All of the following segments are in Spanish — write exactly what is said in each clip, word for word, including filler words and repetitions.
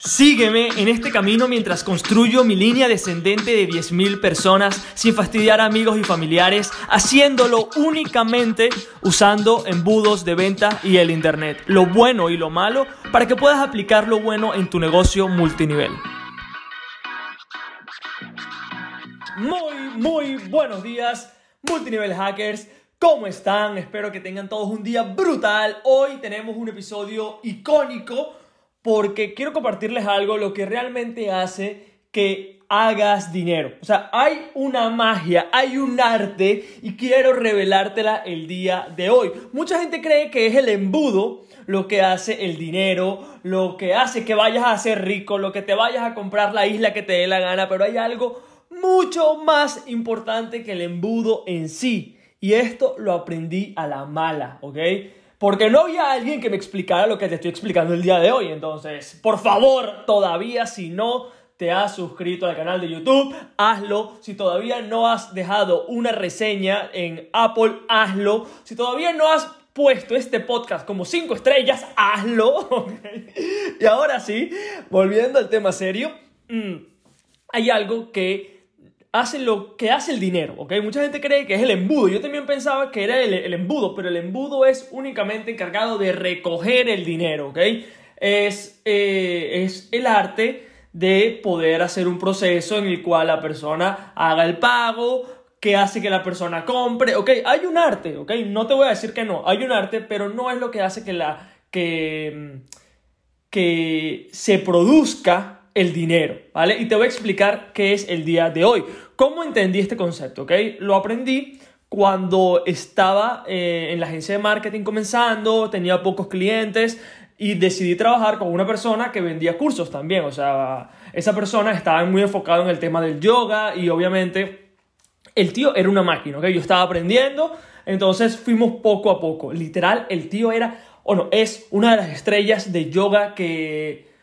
Sígueme en este camino mientras construyo mi línea descendente de diez mil personas sin fastidiar a amigos y familiares, haciéndolo únicamente usando embudos de venta y el internet, lo bueno y lo malo, para que puedas aplicar lo bueno en tu negocio multinivel. Muy, muy buenos días, multinivel hackers. ¿Cómo están? Espero que tengan todos un día brutal. Hoy tenemos un episodio icónico porque quiero compartirles algo, lo que realmente hace que hagas dinero. O sea, hay una magia, hay un arte y quiero revelártela el día de hoy. Mucha gente cree que es el embudo lo que hace el dinero, lo que hace que vayas a ser rico, lo que te vayas a comprar la isla que te dé la gana, pero hay algo mucho más importante que el embudo en sí. Y esto lo aprendí a la mala, ¿ok? Porque no había alguien que me explicara lo que te estoy explicando el día de hoy. Entonces, por favor, todavía si no te has suscrito al canal de YouTube, hazlo. Si todavía no has dejado una reseña en Apple, hazlo. Si todavía no has puesto este podcast como cinco estrellas, hazlo. ¿Okay? Y ahora sí, volviendo al tema serio, mmm, hay algo que hace lo que hace el dinero, ¿ok? Mucha gente cree que es el embudo. Yo también pensaba que era el, el embudo, pero el embudo es únicamente encargado de recoger el dinero, ¿ok? Es, eh, es el arte de poder hacer un proceso en el cual la persona haga el pago, que hace que la persona compre, ¿ok? Hay un arte, ¿ok? No te voy a decir que no, hay un arte, pero no es lo que hace que, la, que, que se produzca el dinero, ¿vale? Y te voy a explicar qué es el día de hoy. ¿Cómo entendí este concepto? ¿Ok? Lo aprendí cuando estaba eh, en la agencia de marketing comenzando, tenía pocos clientes y decidí trabajar con una persona que vendía cursos también. O sea, esa persona estaba muy enfocada en el tema del yoga y obviamente el tío era una máquina, ¿ok? Yo estaba aprendiendo, entonces fuimos poco a poco. Literal, el tío era, o no, es una de las estrellas de yoga que...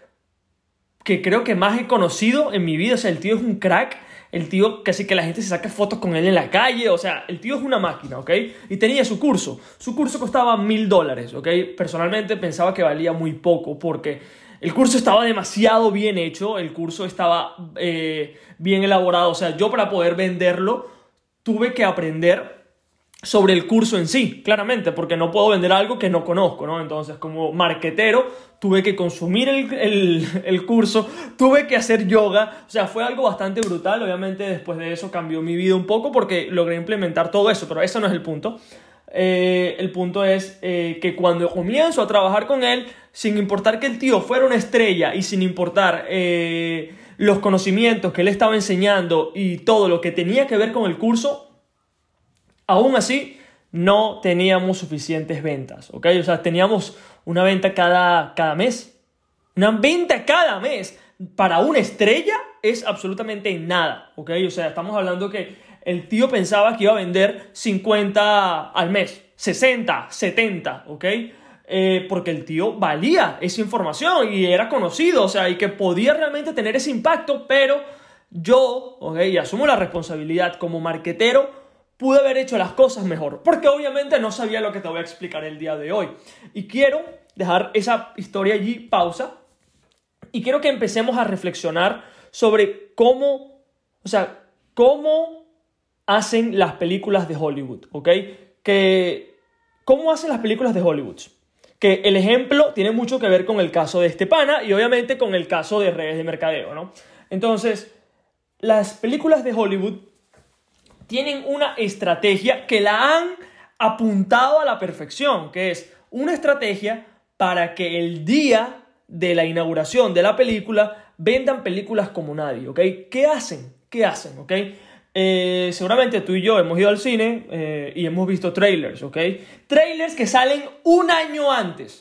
que creo que más he conocido en mi vida. O sea, el tío es un crack, el tío casi que la gente se saca fotos con él en la calle, o sea, el tío es una máquina, ¿ok? Y tenía su curso, su curso costaba mil dólares, ¿ok? Personalmente pensaba que valía muy poco porque el curso estaba demasiado bien hecho, el curso estaba eh, bien elaborado, o sea, yo para poder venderlo tuve que aprender sobre el curso en sí, claramente, porque no puedo vender algo que no conozco, ¿no? Entonces, como marketero, tuve que consumir el, el, el curso, tuve que hacer yoga, o sea, fue algo bastante brutal. Obviamente, después de eso cambió mi vida un poco porque logré implementar todo eso, pero ese no es el punto. Eh, el punto es eh, que cuando comienzo a trabajar con él, sin importar que el tío fuera una estrella y sin importar eh, los conocimientos que él estaba enseñando y todo lo que tenía que ver con el curso, aún así, no teníamos suficientes ventas, ¿ok? O sea, teníamos una venta cada, cada mes. Una venta cada mes para una estrella es absolutamente nada, ¿ok? O sea, estamos hablando que el tío pensaba que iba a vender cincuenta al mes, sesenta, setenta, ¿ok? Eh, porque el tío valía esa información y era conocido, o sea, y que podía realmente tener ese impacto, pero yo, ¿ok? Y asumo la responsabilidad como marketero, pude haber hecho las cosas mejor, porque obviamente no sabía lo que te voy a explicar el día de hoy. Y quiero dejar esa historia allí, pausa, y quiero que empecemos a reflexionar sobre cómo, o sea, cómo hacen las películas de Hollywood, ¿ok? Que, ¿cómo hacen las películas de Hollywood? Que el ejemplo tiene mucho que ver con el caso de este pana y obviamente con el caso de redes de mercadeo, ¿no? Entonces, las películas de Hollywood tienen una estrategia que la han apuntado a la perfección, que es una estrategia para que el día de la inauguración de la película vendan películas como nadie, ¿ok? ¿Qué hacen? ¿Qué hacen? ¿Ok? Eh, seguramente tú y yo hemos ido al cine eh, y hemos visto trailers, ¿ok? Trailers que salen un año antes.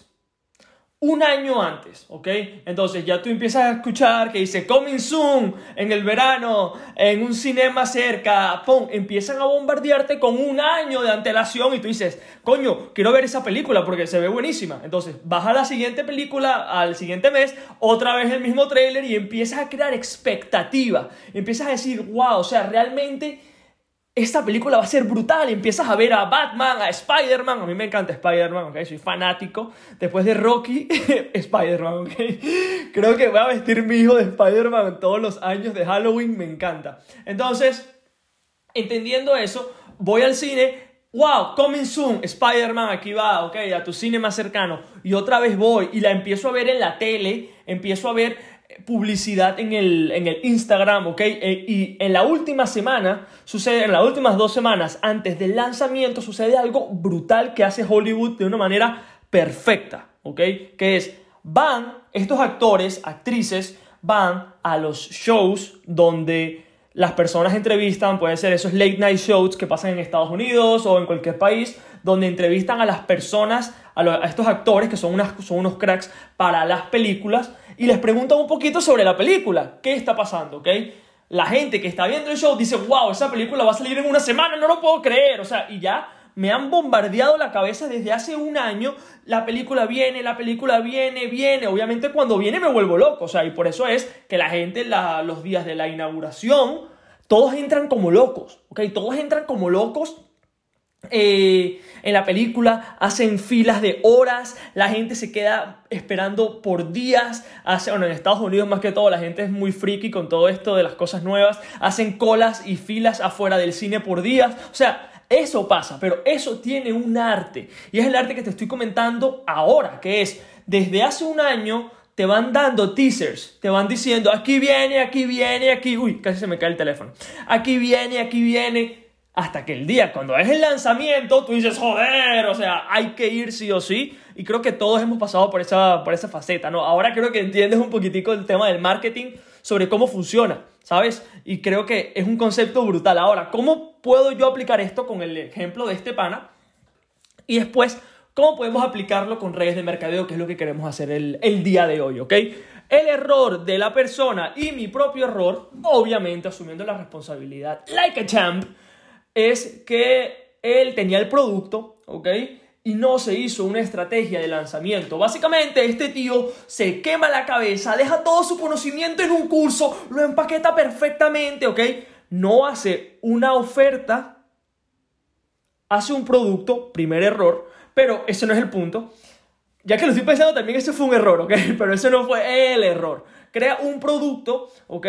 Un año antes, ¿ok? Entonces ya tú empiezas a escuchar que dice Coming Soon en el verano, en un cinema cerca, ¡pum! Empiezan a bombardearte con un año de antelación y tú dices, coño, quiero ver esa película porque se ve buenísima. Entonces vas a la siguiente película, al siguiente mes, otra vez el mismo tráiler y empiezas a crear expectativa. Empiezas a decir, wow, o sea, realmente esta película va a ser brutal. Empiezas a ver a Batman, a Spider-Man. A mí me encanta Spider-Man, ¿ok? Soy fanático. Después de Rocky, Spider-Man, ¿ok? Creo que voy a vestir mi hijo de Spider-Man todos los años de Halloween. Me encanta. Entonces, entendiendo eso, voy al cine. Wow, coming soon, Spider-Man, aquí va, ok, a tu cine más cercano. Y otra vez voy y la empiezo a ver en la tele. Empiezo a ver publicidad en el, en el Instagram, ¿ok? E, y en la última semana, sucede, en las últimas dos semanas antes del lanzamiento, sucede algo brutal que hace Hollywood de una manera perfecta, ¿ok? Que es, van, estos actores, actrices, van a los shows donde las personas entrevistan, puede ser esos late night shows que pasan en Estados Unidos o en cualquier país, donde entrevistan a las personas, a, los, a estos actores que son, unas, son unos cracks para las películas, y les preguntan un poquito sobre la película, qué está pasando, ¿ok? La gente que está viendo el show dice, wow, esa película va a salir en una semana, no lo puedo creer, o sea, y ya me han bombardeado la cabeza desde hace un año, la película viene, la película viene, viene, obviamente cuando viene me vuelvo loco, o sea, y por eso es que la gente, la, los días de la inauguración, todos entran como locos, ¿ok? Todos entran como locos. Eh, en la película hacen filas de horas, la gente se queda esperando por días. Hace, bueno, en Estados Unidos más que todo la gente es muy friki con todo esto de las cosas nuevas, hacen colas y filas afuera del cine por días, o sea, eso pasa, pero eso tiene un arte, y es el arte que te estoy comentando ahora, que es, desde hace un año te van dando teasers, te van diciendo, aquí viene, aquí viene, aquí, uy, casi se me cae el teléfono, aquí viene, aquí viene, hasta que el día, cuando es el lanzamiento, tú dices, joder, o sea, hay que ir sí o sí. Y creo que todos hemos pasado por esa, por esa faceta, ¿no? Ahora creo que entiendes un poquitico el tema del marketing, sobre cómo funciona, ¿sabes? Y creo que es un concepto brutal. Ahora, ¿cómo puedo yo aplicar esto con el ejemplo de este pana? Y después, ¿cómo podemos aplicarlo con redes de mercadeo, que es lo que queremos hacer el, el día de hoy, ¿ok? El error de la persona y mi propio error, obviamente asumiendo la responsabilidad, like a champ, es que él tenía el producto, ¿ok? Y no se hizo una estrategia de lanzamiento. Básicamente, este tío se quema la cabeza, deja todo su conocimiento en un curso, lo empaqueta perfectamente, ¿ok? No hace una oferta, hace un producto, primer error, pero ese no es el punto. Ya que lo estoy pensando, también ese fue un error, ¿ok? Pero ese no fue el error. Crea un producto, ¿ok?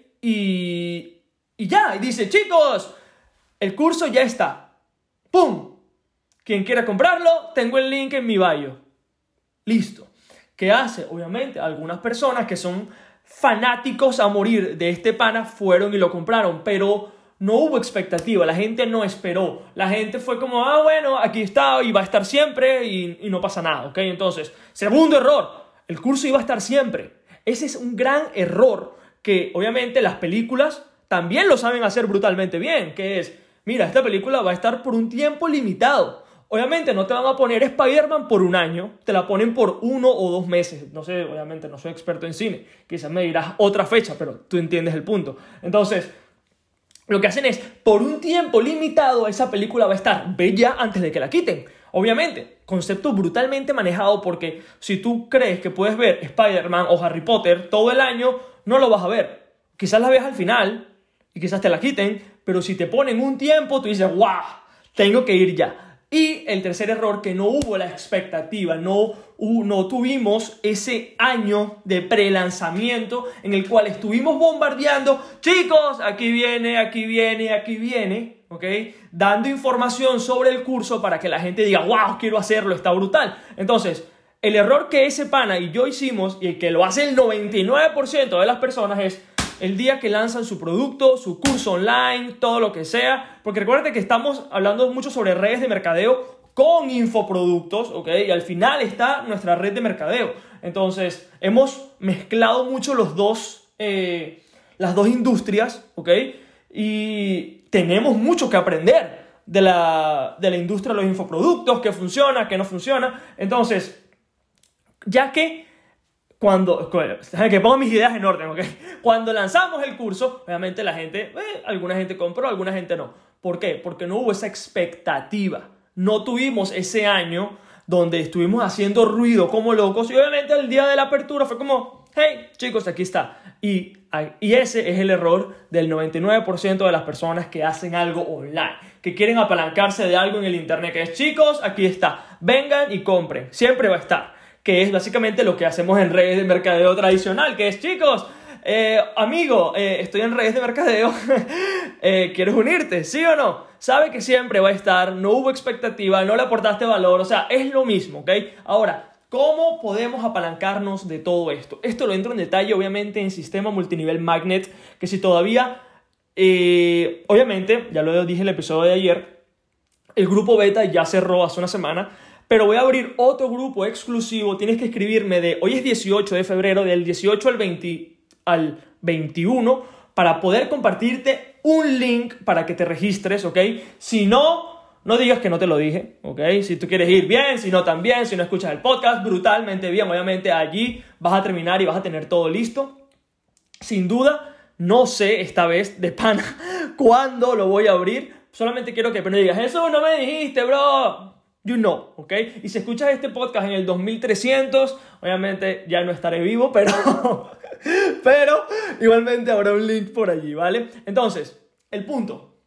Y, y ya, y dice, chicos, el curso ya está. ¡Pum! Quien quiera comprarlo, tengo el link en mi bio. Listo. ¿Qué hace? Obviamente, algunas personas que son fanáticos a morir de este pana fueron y lo compraron, pero no hubo expectativa, la gente no esperó. La gente fue como, ah, bueno, aquí está y va a estar siempre y, y no pasa nada, ¿ok? Entonces, segundo error, el curso iba a estar siempre. Ese es un gran error que, obviamente, las películas también lo saben hacer brutalmente bien, que es, mira, esta película va a estar por un tiempo limitado. Obviamente no te van a poner Spider-Man por un año, te la ponen por uno o dos meses. No sé, obviamente no soy experto en cine, quizás me dirás otra fecha, pero tú entiendes el punto. Entonces, lo que hacen es, por un tiempo limitado, esa película va a estar, ve ya antes de que la quiten. Obviamente, concepto brutalmente manejado, porque si tú crees que puedes ver Spider-Man o Harry Potter todo el año, no lo vas a ver. Quizás la veas al final y quizás te la quiten, pero si te ponen un tiempo, tú dices, ¡guau! Tengo que ir ya. Y el tercer error, que no hubo la expectativa, no, no tuvimos ese año de pre-lanzamiento en el cual estuvimos bombardeando, chicos, aquí viene, aquí viene, aquí viene, ¿ok? Dando información sobre el curso para que la gente diga, wow, quiero hacerlo, está brutal. Entonces, el error que ese pana y yo hicimos, y que lo hace el noventa y nueve por ciento de las personas, es el día que lanzan su producto, su curso online, todo lo que sea. Porque recuerda que estamos hablando mucho sobre redes de mercadeo con infoproductos, ¿ok? Y al final está nuestra red de mercadeo. Entonces, hemos mezclado mucho los dos, eh, las dos industrias, ¿ok? Y tenemos mucho que aprender de la, de la industria de los infoproductos, qué funciona, qué no funciona. Entonces, ya que Cuando, que pongo mis ideas en orden, ¿ok? Cuando lanzamos el curso, obviamente la gente, eh, alguna gente compró, alguna gente no. ¿Por qué? Porque no hubo esa expectativa. No tuvimos ese año donde estuvimos haciendo ruido como locos. Y obviamente el día de la apertura fue como, hey, chicos, aquí está. Y, y ese es el error del noventa y nueve por ciento de las personas que hacen algo online, que quieren apalancarse de algo en el internet, que es, chicos, aquí está, vengan y compren, siempre va a estar, que es básicamente lo que hacemos en redes de mercadeo tradicional, que es, chicos, eh, amigo, eh, estoy en redes de mercadeo, eh, ¿quieres unirte? ¿Sí o no? Sabe que siempre va a estar, no hubo expectativa, no le aportaste valor, o sea, es lo mismo, ¿ok? Ahora, ¿cómo podemos apalancarnos de todo esto? Esto lo entro en detalle, obviamente, en Sistema Multinivel Magnet, que si todavía, eh, obviamente, ya lo dije en el episodio de ayer, el grupo beta ya cerró hace una semana, pero voy a abrir otro grupo exclusivo. Tienes que escribirme de, hoy es dieciocho de febrero, del dieciocho al veinte, al veintiuno, para poder compartirte un link para que te registres, ¿ok? Si no... No digas que no te lo dije, ¿ok? Si tú quieres ir bien, si no también, si no escuchas el podcast, brutalmente bien. Obviamente allí vas a terminar y vas a tener todo listo. Sin duda, no sé esta vez de pana cuándo lo voy a abrir. Solamente quiero que no digas, eso no me dijiste, bro. You know, ¿ok? Y si escuchas este podcast en el dos mil trescientos, obviamente ya no estaré vivo, pero, pero igualmente habrá un link por allí, ¿vale? Entonces, el punto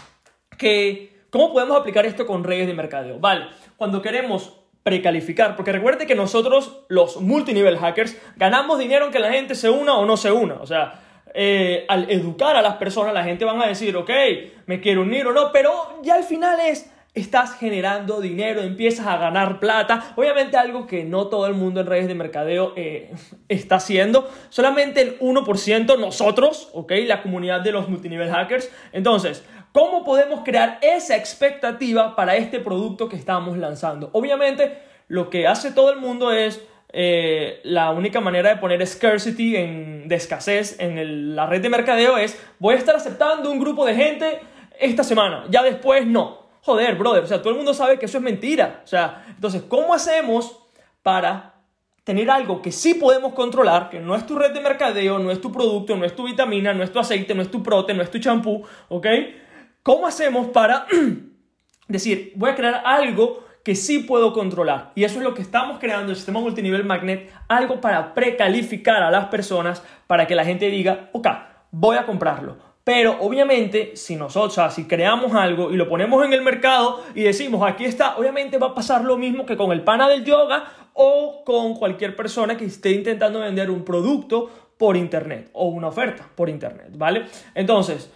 que... ¿Cómo podemos aplicar esto con redes de mercadeo? Vale, cuando queremos precalificar, porque recuerde que nosotros, los multinivel hackers, ganamos dinero en que la gente se una o no se una. O sea, eh, al educar a las personas, la gente van a decir, ok, me quiero unir o no, pero ya al final es, estás generando dinero, empiezas a ganar plata. Obviamente algo que no todo el mundo en redes de mercadeo eh, está haciendo, solamente el uno por ciento nosotros, ok, la comunidad de los multinivel hackers. Entonces, ¿cómo podemos crear esa expectativa para este producto que estamos lanzando? Obviamente, lo que hace todo el mundo es, eh, la única manera de poner scarcity, en, de escasez en el, la red de mercadeo es, voy a estar aceptando un grupo de gente esta semana, ya después no. Joder, brother, o sea, todo el mundo sabe que eso es mentira. O sea, entonces, ¿cómo hacemos para tener algo que sí podemos controlar, que no es tu red de mercadeo, no es tu producto, no es tu vitamina, no es tu aceite, no es tu prote, no es tu champú, ¿ok? ¿Cómo hacemos para decir, voy a crear algo que sí puedo controlar? Y eso es lo que estamos creando en el Sistema Multinivel Magnet, algo para precalificar a las personas para que la gente diga, ok, voy a comprarlo. Pero obviamente, si nosotros, o sea, si creamos algo y lo ponemos en el mercado y decimos, aquí está, obviamente va a pasar lo mismo que con el pana del yoga o con cualquier persona que esté intentando vender un producto por internet o una oferta por internet, ¿vale? Entonces,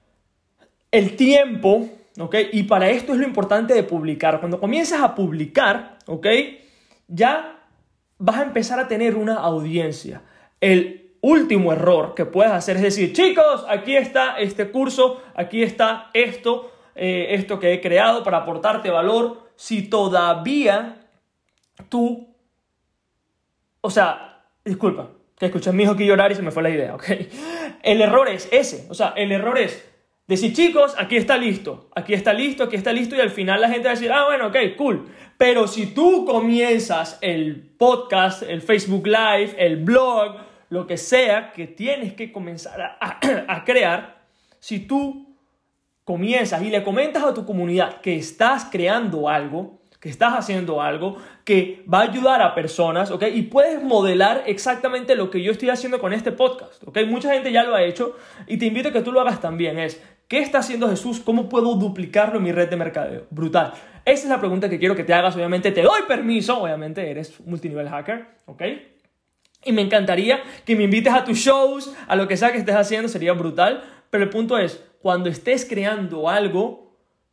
el tiempo, ¿ok? Y para esto es lo importante de publicar. Cuando comienzas a publicar, ¿ok? Ya vas a empezar a tener una audiencia. El último error que puedes hacer es decir, chicos, aquí está este curso, aquí está esto, eh, esto que he creado para aportarte valor. Si todavía tú, o sea, disculpa, que escuché a mi hijo aquí llorar y se me fue la idea, ¿ok? El error es ese, o sea, el error es decir, chicos, aquí está listo, aquí está listo, aquí está listo, y al final la gente va a decir, ah, bueno, ok, cool. Pero si tú comienzas el podcast, el Facebook Live, el blog, lo que sea que tienes que comenzar a, a, a crear, si tú comienzas y le comentas a tu comunidad que estás creando algo, que estás haciendo algo que va a ayudar a personas, ¿ok? Y puedes modelar exactamente lo que yo estoy haciendo con este podcast, ¿ok? Mucha gente ya lo ha hecho y te invito a que tú lo hagas también. Es, ¿qué está haciendo Jesús? ¿Cómo puedo duplicarlo en mi red de mercadeo? Brutal. Esa es la pregunta que quiero que te hagas. Obviamente te doy permiso. Obviamente eres multinivel hacker, ¿ok? Y me encantaría que me invites a tus shows, a lo que sea que estés haciendo, sería brutal. Pero el punto es, cuando estés creando algo,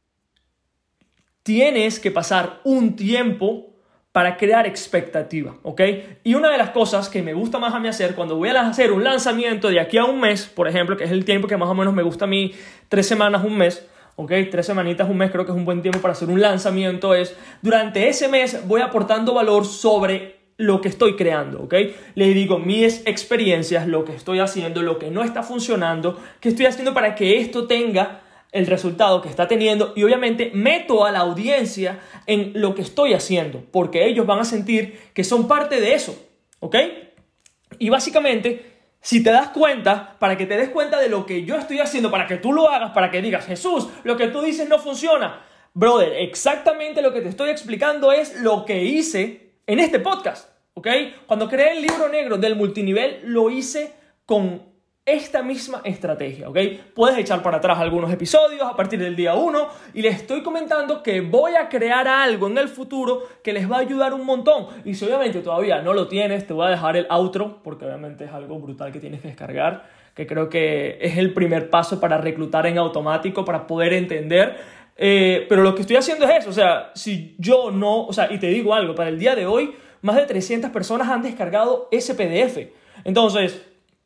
tienes que pasar un tiempo para crear expectativa, ¿ok? Y una de las cosas que me gusta más a mí hacer cuando voy a hacer un lanzamiento de aquí a un mes, por ejemplo, que es el tiempo que más o menos me gusta a mí, tres semanas, un mes, ¿ok? Tres semanitas, un mes, creo que es un buen tiempo para hacer un lanzamiento, es durante ese mes voy aportando valor sobre lo que estoy creando, ¿ok? Les digo mis experiencias, lo que estoy haciendo, lo que no está funcionando, qué estoy haciendo para que esto tenga el resultado que está teniendo, y obviamente meto a la audiencia en lo que estoy haciendo, porque ellos van a sentir que son parte de eso, ¿ok? Y básicamente, si te das cuenta, para que te des cuenta de lo que yo estoy haciendo, para que tú lo hagas, para que digas, Jesús, lo que tú dices no funciona. Brother, exactamente lo que te estoy explicando es lo que hice en este podcast, ¿ok? Cuando creé el libro negro del multinivel, lo hice con esta misma estrategia, ¿ok? Puedes echar para atrás algunos episodios a partir del día uno y les estoy comentando que voy a crear algo en el futuro que les va a ayudar un montón. Y si obviamente todavía no lo tienes, te voy a dejar el outro, porque obviamente es algo brutal que tienes que descargar, que creo que es el primer paso para reclutar en automático, para poder entender. Eh, pero lo que estoy haciendo es eso, o sea, si yo no, o sea, y te digo algo, para el día de hoy, más de trescientas personas han descargado ese P D F. Entonces,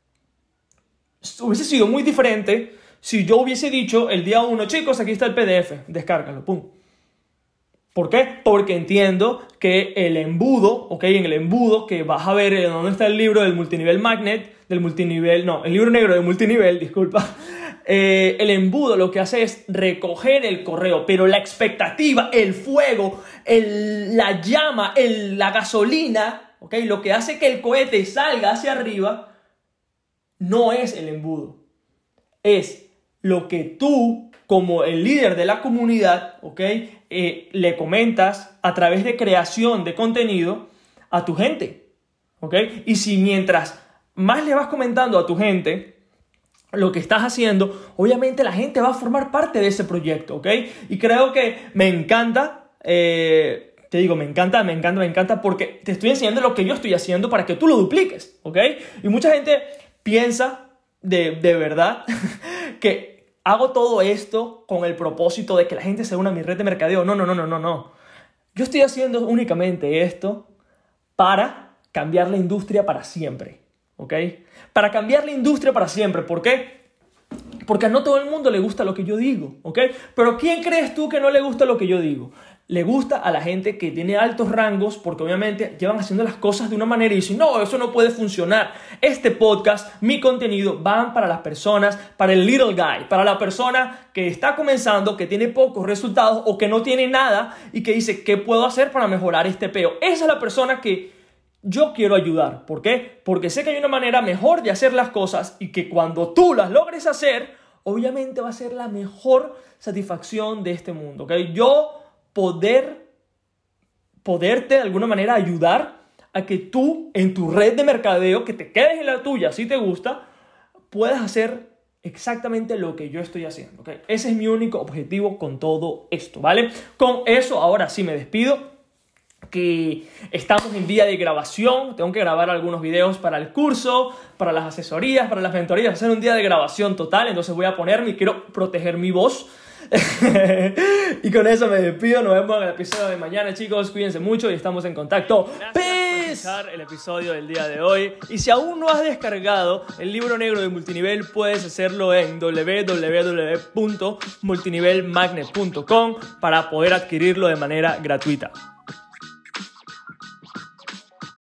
hubiese sido muy diferente si yo hubiese dicho el día uno, chicos, aquí está el P D F, descárgalo, pum. ¿Por qué? Porque entiendo que el embudo, ok, en el embudo que vas a ver en donde está el libro del multinivel magnet, del multinivel, no, el libro negro del multinivel, disculpa, eh, el embudo lo que hace es recoger el correo, pero la expectativa, el fuego, el, la llama, el, la gasolina, ok, lo que hace que el cohete salga hacia arriba, no es el embudo, es lo que tú, como el líder de la comunidad, ¿ok? Eh, le comentas a través de creación de contenido a tu gente, ¿ok? Y si mientras más le vas comentando a tu gente lo que estás haciendo, obviamente la gente va a formar parte de ese proyecto, ¿ok? Y creo que me encanta, eh, te digo, me encanta, me encanta, me encanta porque te estoy enseñando lo que yo estoy haciendo para que tú lo dupliques, ¿ok? Y mucha gente piensa de, de verdad que hago todo esto con el propósito de que la gente se una a mi red de mercadeo. No, no, no, no, no, no. Yo estoy haciendo únicamente esto para cambiar la industria para siempre, ¿ok? Para cambiar la industria para siempre. ¿Por qué? Porque a no todo el mundo le gusta lo que yo digo, ¿ok? Pero ¿quién crees tú que no le gusta lo que yo digo? Le gusta a la gente que tiene altos rangos porque obviamente llevan haciendo las cosas de una manera y dicen, no, eso no puede funcionar. Este podcast, mi contenido, van para las personas, para el little guy, para la persona que está comenzando, que tiene pocos resultados o que no tiene nada y que dice, ¿qué puedo hacer para mejorar este peo? Esa es la persona que yo quiero ayudar. ¿Por qué? Porque sé que hay una manera mejor de hacer las cosas y que cuando tú las logres hacer, obviamente va a ser la mejor satisfacción de este mundo, ¿ok? Yo poder, poderte de alguna manera ayudar a que tú en tu red de mercadeo, que te quedes en la tuya si te gusta, puedas hacer exactamente lo que yo estoy haciendo, ¿ok? Ese es mi único objetivo con todo esto, ¿vale? Con eso ahora sí me despido, que estamos en día de grabación, tengo que grabar algunos videos para el curso, para las asesorías, para las mentorías, hacer un día de grabación total, entonces voy a ponerme y quiero proteger mi voz. Y con eso me despido, nos vemos en el episodio de mañana, chicos, cuídense mucho y estamos en contacto. Gracias por escuchar el episodio del día de hoy y si aún no has descargado el libro negro de multinivel puedes hacerlo en w w w punto multinivel magnet punto com para poder adquirirlo de manera gratuita.